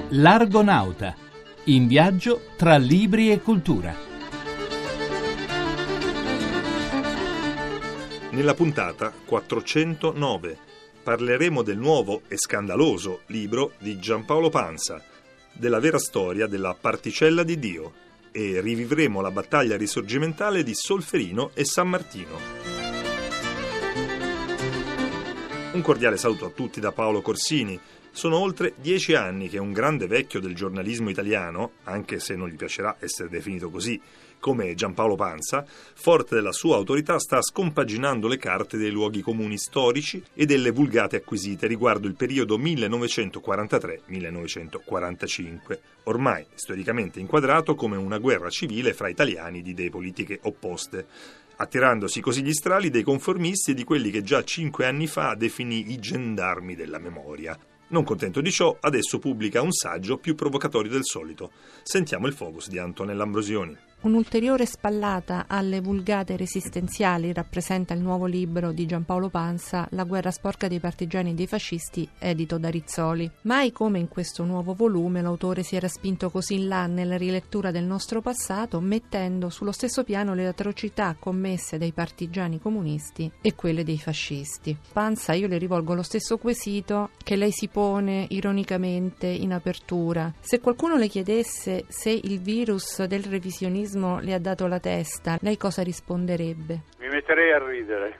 L'Argonauta, in viaggio tra libri e cultura. Nella puntata 409 parleremo del nuovo e scandaloso libro di Giampaolo Pansa, della vera storia della particella di Dio, e rivivremo la battaglia risorgimentale di Solferino e San Martino. Un cordiale saluto a tutti da Paolo Corsini. Sono oltre 10 anni che un grande vecchio del giornalismo italiano, anche se non gli piacerà essere definito così, come Giampaolo Pansa, forte della sua autorità, sta scompaginando le carte dei luoghi comuni storici e delle vulgate acquisite riguardo il periodo 1943-1945, ormai storicamente inquadrato come una guerra civile fra italiani di idee politiche opposte, attirandosi così gli strali dei conformisti e di quelli che già 5 anni fa definì i gendarmi della memoria. Non contento di ciò, adesso pubblica un saggio più provocatorio del solito. Sentiamo il focus di Antonella Ambrosioni. Un'ulteriore spallata alle vulgate resistenziali rappresenta il nuovo libro di Giampaolo Pansa, La guerra sporca dei partigiani e dei fascisti, edito da Rizzoli. Mai come in questo nuovo volume l'autore si era spinto così in là nella rilettura del nostro passato, mettendo sullo stesso piano le atrocità commesse dai partigiani comunisti e quelle dei fascisti. Pansa, io le rivolgo lo stesso quesito che lei si pone ironicamente in apertura. Se qualcuno le chiedesse se il virus del revisionismo le ha dato la testa, lei cosa risponderebbe? Mi metterei a ridere.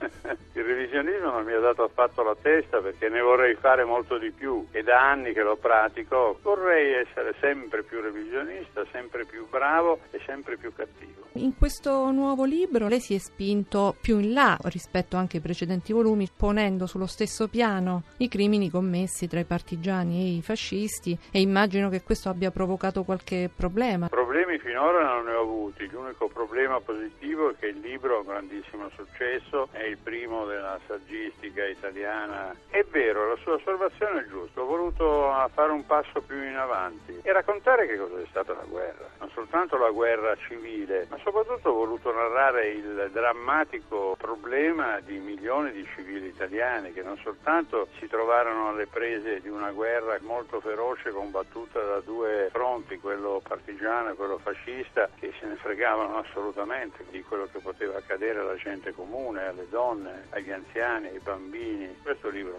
Il revisionismo non mi ha dato affatto la testa, perché ne vorrei fare molto di più e da anni che lo pratico. Vorrei essere sempre più revisionista, sempre più bravo e sempre più cattivo. In questo nuovo libro lei si è spinto più in là rispetto anche ai precedenti volumi, ponendo sullo stesso piano i crimini commessi tra i partigiani e i fascisti, e immagino che questo abbia provocato qualche problema. Problemi finora non ne ho avuti. L'unico problema positivo è che il libro ha un grandissimo successo, è il primo della saggistica italiana. È vero, la sua osservazione è giusta. Ho voluto fare un passo più in avanti e raccontare che cosa è stata la guerra, non soltanto la guerra civile, ma soprattutto ho voluto narrare il drammatico problema di milioni di civili italiani che non soltanto si trovarono alle prese di una guerra molto feroce combattuta da due fronti, quello partigiano e quello fascista, che se ne fregavano assolutamente di quello che poteva accadere alla gente comune, alle donne, agli anziani, ai bambini. Questo libro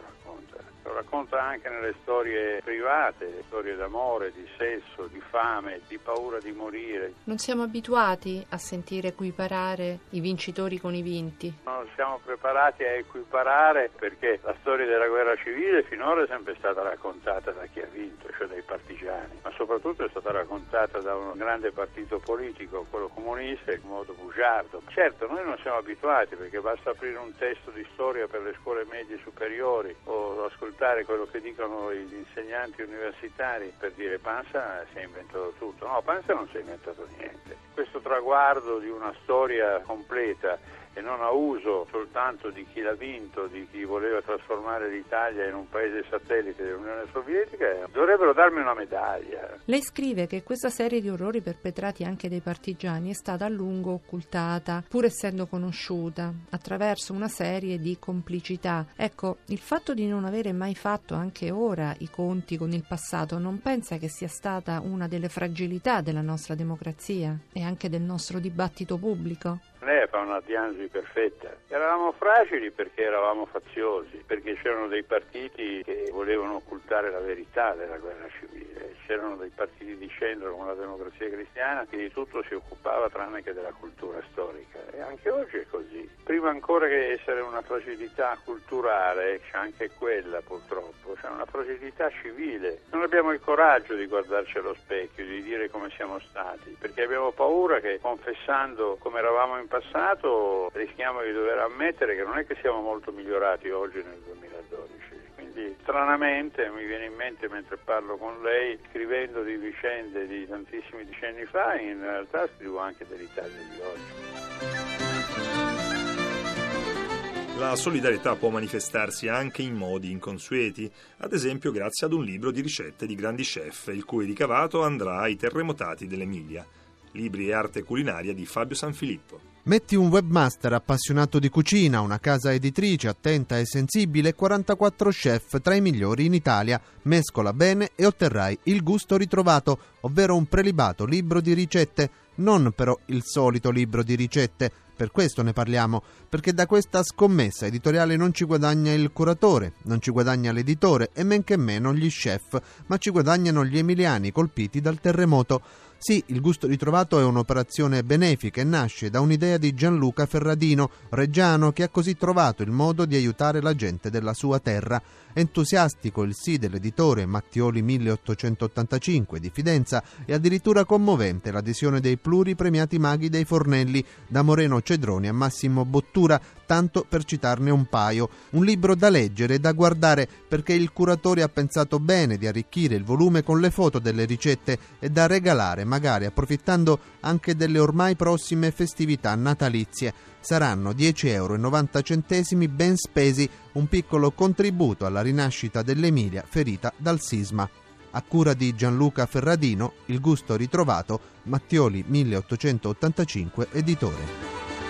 lo racconta anche nelle storie private, storie d'amore, di sesso, di fame, di paura di morire. Non siamo abituati a sentire equiparare i vincitori con i vinti. Non siamo preparati a equiparare, perché la storia della guerra civile finora è sempre stata raccontata da chi ha vinto, cioè dai partigiani, ma soprattutto è stata raccontata da un grande partito politico, quello comunista, in modo bugiardo. Certo, noi non siamo abituati, perché basta aprire un testo di storia per le scuole medie superiori o ascoltare quello che dicono gli insegnanti universitari per dire Pansa si è inventato tutto. No, Pansa non si è inventato niente. Questo traguardo di una storia completa e non a uso soltanto di chi l'ha vinto, di chi voleva trasformare l'Italia in un paese satellite dell'Unione Sovietica, dovrebbero darmi una medaglia. Lei scrive che questa serie di orrori perpetrati anche dai partigiani è stata a lungo occultata, pur essendo conosciuta, attraverso una serie di complicità. Ecco, il fatto di non avere mai fatto anche ora i conti con il passato, non pensa che sia stata una delle fragilità della nostra democrazia e anche del nostro dibattito pubblico? Lei fa una diagnosi perfetta. Eravamo fragili perché eravamo faziosi, perché c'erano dei partiti che volevano occultare la verità della guerra civile, c'erano dei partiti di centro come la Democrazia Cristiana che di tutto si occupava tranne che della cultura storica, e anche oggi è così. Prima ancora che essere una fragilità culturale c'è anche quella, purtroppo, c'è una fragilità civile. Non abbiamo il coraggio di guardarci allo specchio, di dire come siamo stati, perché abbiamo paura che, confessando come eravamo in passato, rischiamo di dover ammettere che non è che siamo molto migliorati oggi nel 2012. Quindi stranamente mi viene in mente, mentre parlo con lei, scrivendo di vicende di tantissimi decenni fa, in realtà scrivo anche dell'Italia di oggi. La solidarietà può manifestarsi anche in modi inconsueti, ad esempio grazie ad un libro di ricette di grandi chef, il cui ricavato andrà ai terremotati dell'Emilia. libri e arte culinaria di Fabio Sanfilippo. Metti un webmaster appassionato di cucina, una casa editrice attenta e sensibile, 44 chef tra i migliori in Italia. Mescola bene e otterrai il gusto ritrovato, ovvero un prelibato libro di ricette, non però il solito libro di ricette. Per questo ne parliamo, perché da questa scommessa editoriale non ci guadagna il curatore, non ci guadagna l'editore e men che meno gli chef, ma ci guadagnano gli emiliani colpiti dal terremoto. Sì, il gusto ritrovato è un'operazione benefica e nasce da un'idea di Gianluca Ferradino, reggiano, che ha così trovato il modo di aiutare la gente della sua terra. Entusiastico il sì dell'editore Mattioli 1885 di Fidenza e addirittura commovente l'adesione dei pluripremiati maghi dei Fornelli, da Moreno Cedroni a Massimo Bottura, tanto per citarne un paio. Un libro da leggere e da guardare, perché il curatore ha pensato bene di arricchire il volume con le foto delle ricette e da regalare, magari approfittando anche delle ormai prossime festività natalizie. Saranno 10,90 € ben spesi, un piccolo contributo alla rinascita dell'Emilia ferita dal sisma. A cura di Gianluca Ferradino, il gusto ritrovato, Mattioli 1885, editore.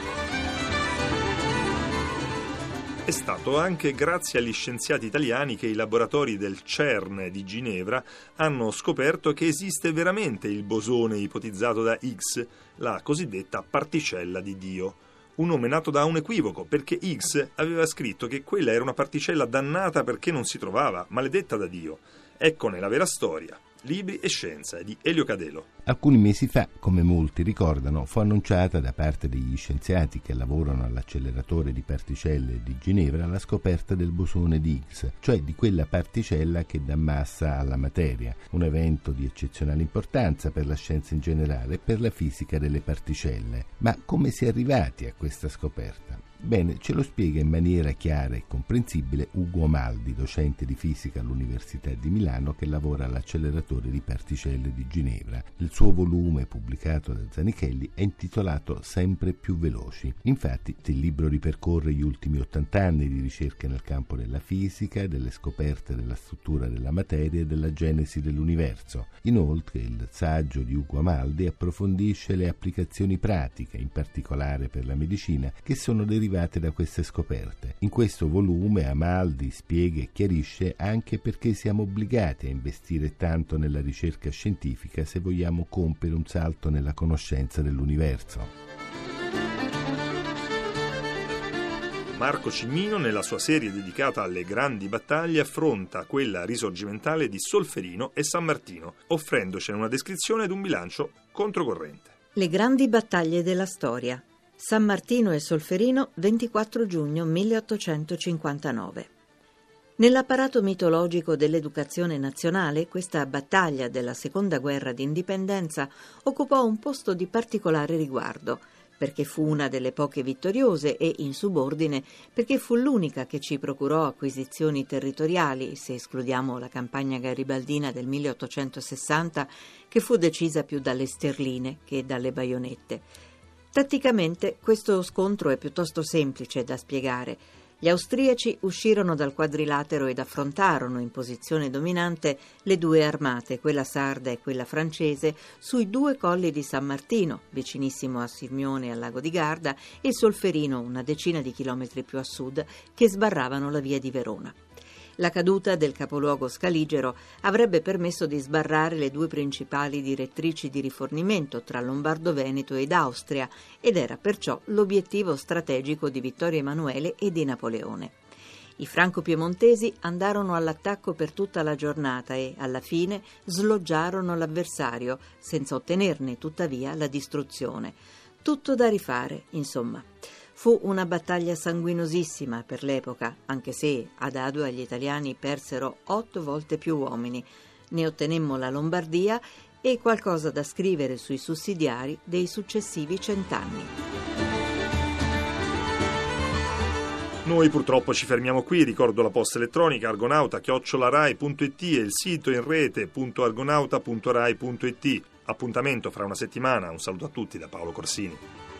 È stato anche grazie agli scienziati italiani che i laboratori del CERN di Ginevra hanno scoperto che esiste veramente il bosone ipotizzato da Higgs, la cosiddetta particella di Dio. Un nome nato da un equivoco, perché Higgs aveva scritto che quella era una particella dannata perché non si trovava, maledetta da Dio. Eccone la vera storia. Libri e scienza di Elio Cadelo. Alcuni mesi fa, come molti ricordano, fu annunciata da parte degli scienziati che lavorano all'acceleratore di particelle di Ginevra la scoperta del bosone di Higgs, cioè di quella particella che dà massa alla materia, un evento di eccezionale importanza per la scienza in generale e per la fisica delle particelle. Ma come si è arrivati a questa scoperta? Bene, ce lo spiega in maniera chiara e comprensibile Ugo Amaldi, docente di fisica all'Università di Milano che lavora all'acceleratore di particelle di Ginevra. Il suo volume, pubblicato da Zanichelli, è intitolato Sempre più veloci. Infatti, il libro ripercorre gli ultimi 80 anni di ricerche nel campo della fisica, delle scoperte della struttura della materia e della genesi dell'universo. Inoltre, il saggio di Ugo Amaldi approfondisce le applicazioni pratiche, in particolare per la medicina, che sono derivate da queste scoperte. In questo volume Amaldi spiega e chiarisce anche perché siamo obbligati a investire tanto nella ricerca scientifica se vogliamo compiere un salto nella conoscenza dell'universo. Marco Cimino, nella sua serie dedicata alle grandi battaglie, affronta quella risorgimentale di Solferino e San Martino, offrendocene una descrizione ed un bilancio controcorrente. Le grandi battaglie della storia. San Martino e Solferino, 24 giugno 1859. Nell'apparato mitologico dell'educazione nazionale, questa battaglia della seconda guerra d'indipendenza occupò un posto di particolare riguardo, perché fu una delle poche vittoriose e, in subordine, perché fu l'unica che ci procurò acquisizioni territoriali, se escludiamo la campagna garibaldina del 1860, che fu decisa più dalle sterline che dalle baionette. Tatticamente questo scontro è piuttosto semplice da spiegare. Gli austriaci uscirono dal quadrilatero ed affrontarono in posizione dominante le due armate, quella sarda e quella francese, sui due colli di San Martino, vicinissimo a Sirmione e al lago di Garda, e Solferino, una decina di chilometri più a sud, che sbarravano la via di Verona. La caduta del capoluogo scaligero avrebbe permesso di sbarrare le due principali direttrici di rifornimento tra Lombardo-Veneto ed Austria ed era perciò l'obiettivo strategico di Vittorio Emanuele e di Napoleone. I franco-piemontesi andarono all'attacco per tutta la giornata e, alla fine, sloggiarono l'avversario, senza ottenerne tuttavia la distruzione. Tutto da rifare, insomma. Fu una battaglia sanguinosissima per l'epoca, anche se ad Adua gli italiani persero 8 volte più uomini. Ne ottenemmo la Lombardia e qualcosa da scrivere sui sussidiari dei successivi 100 anni. Noi purtroppo ci fermiamo qui, ricordo la posta elettronica argonauta@rai.it e il sito in rete .argonauta.rai.it. Appuntamento fra una settimana, un saluto a tutti da Paolo Corsini.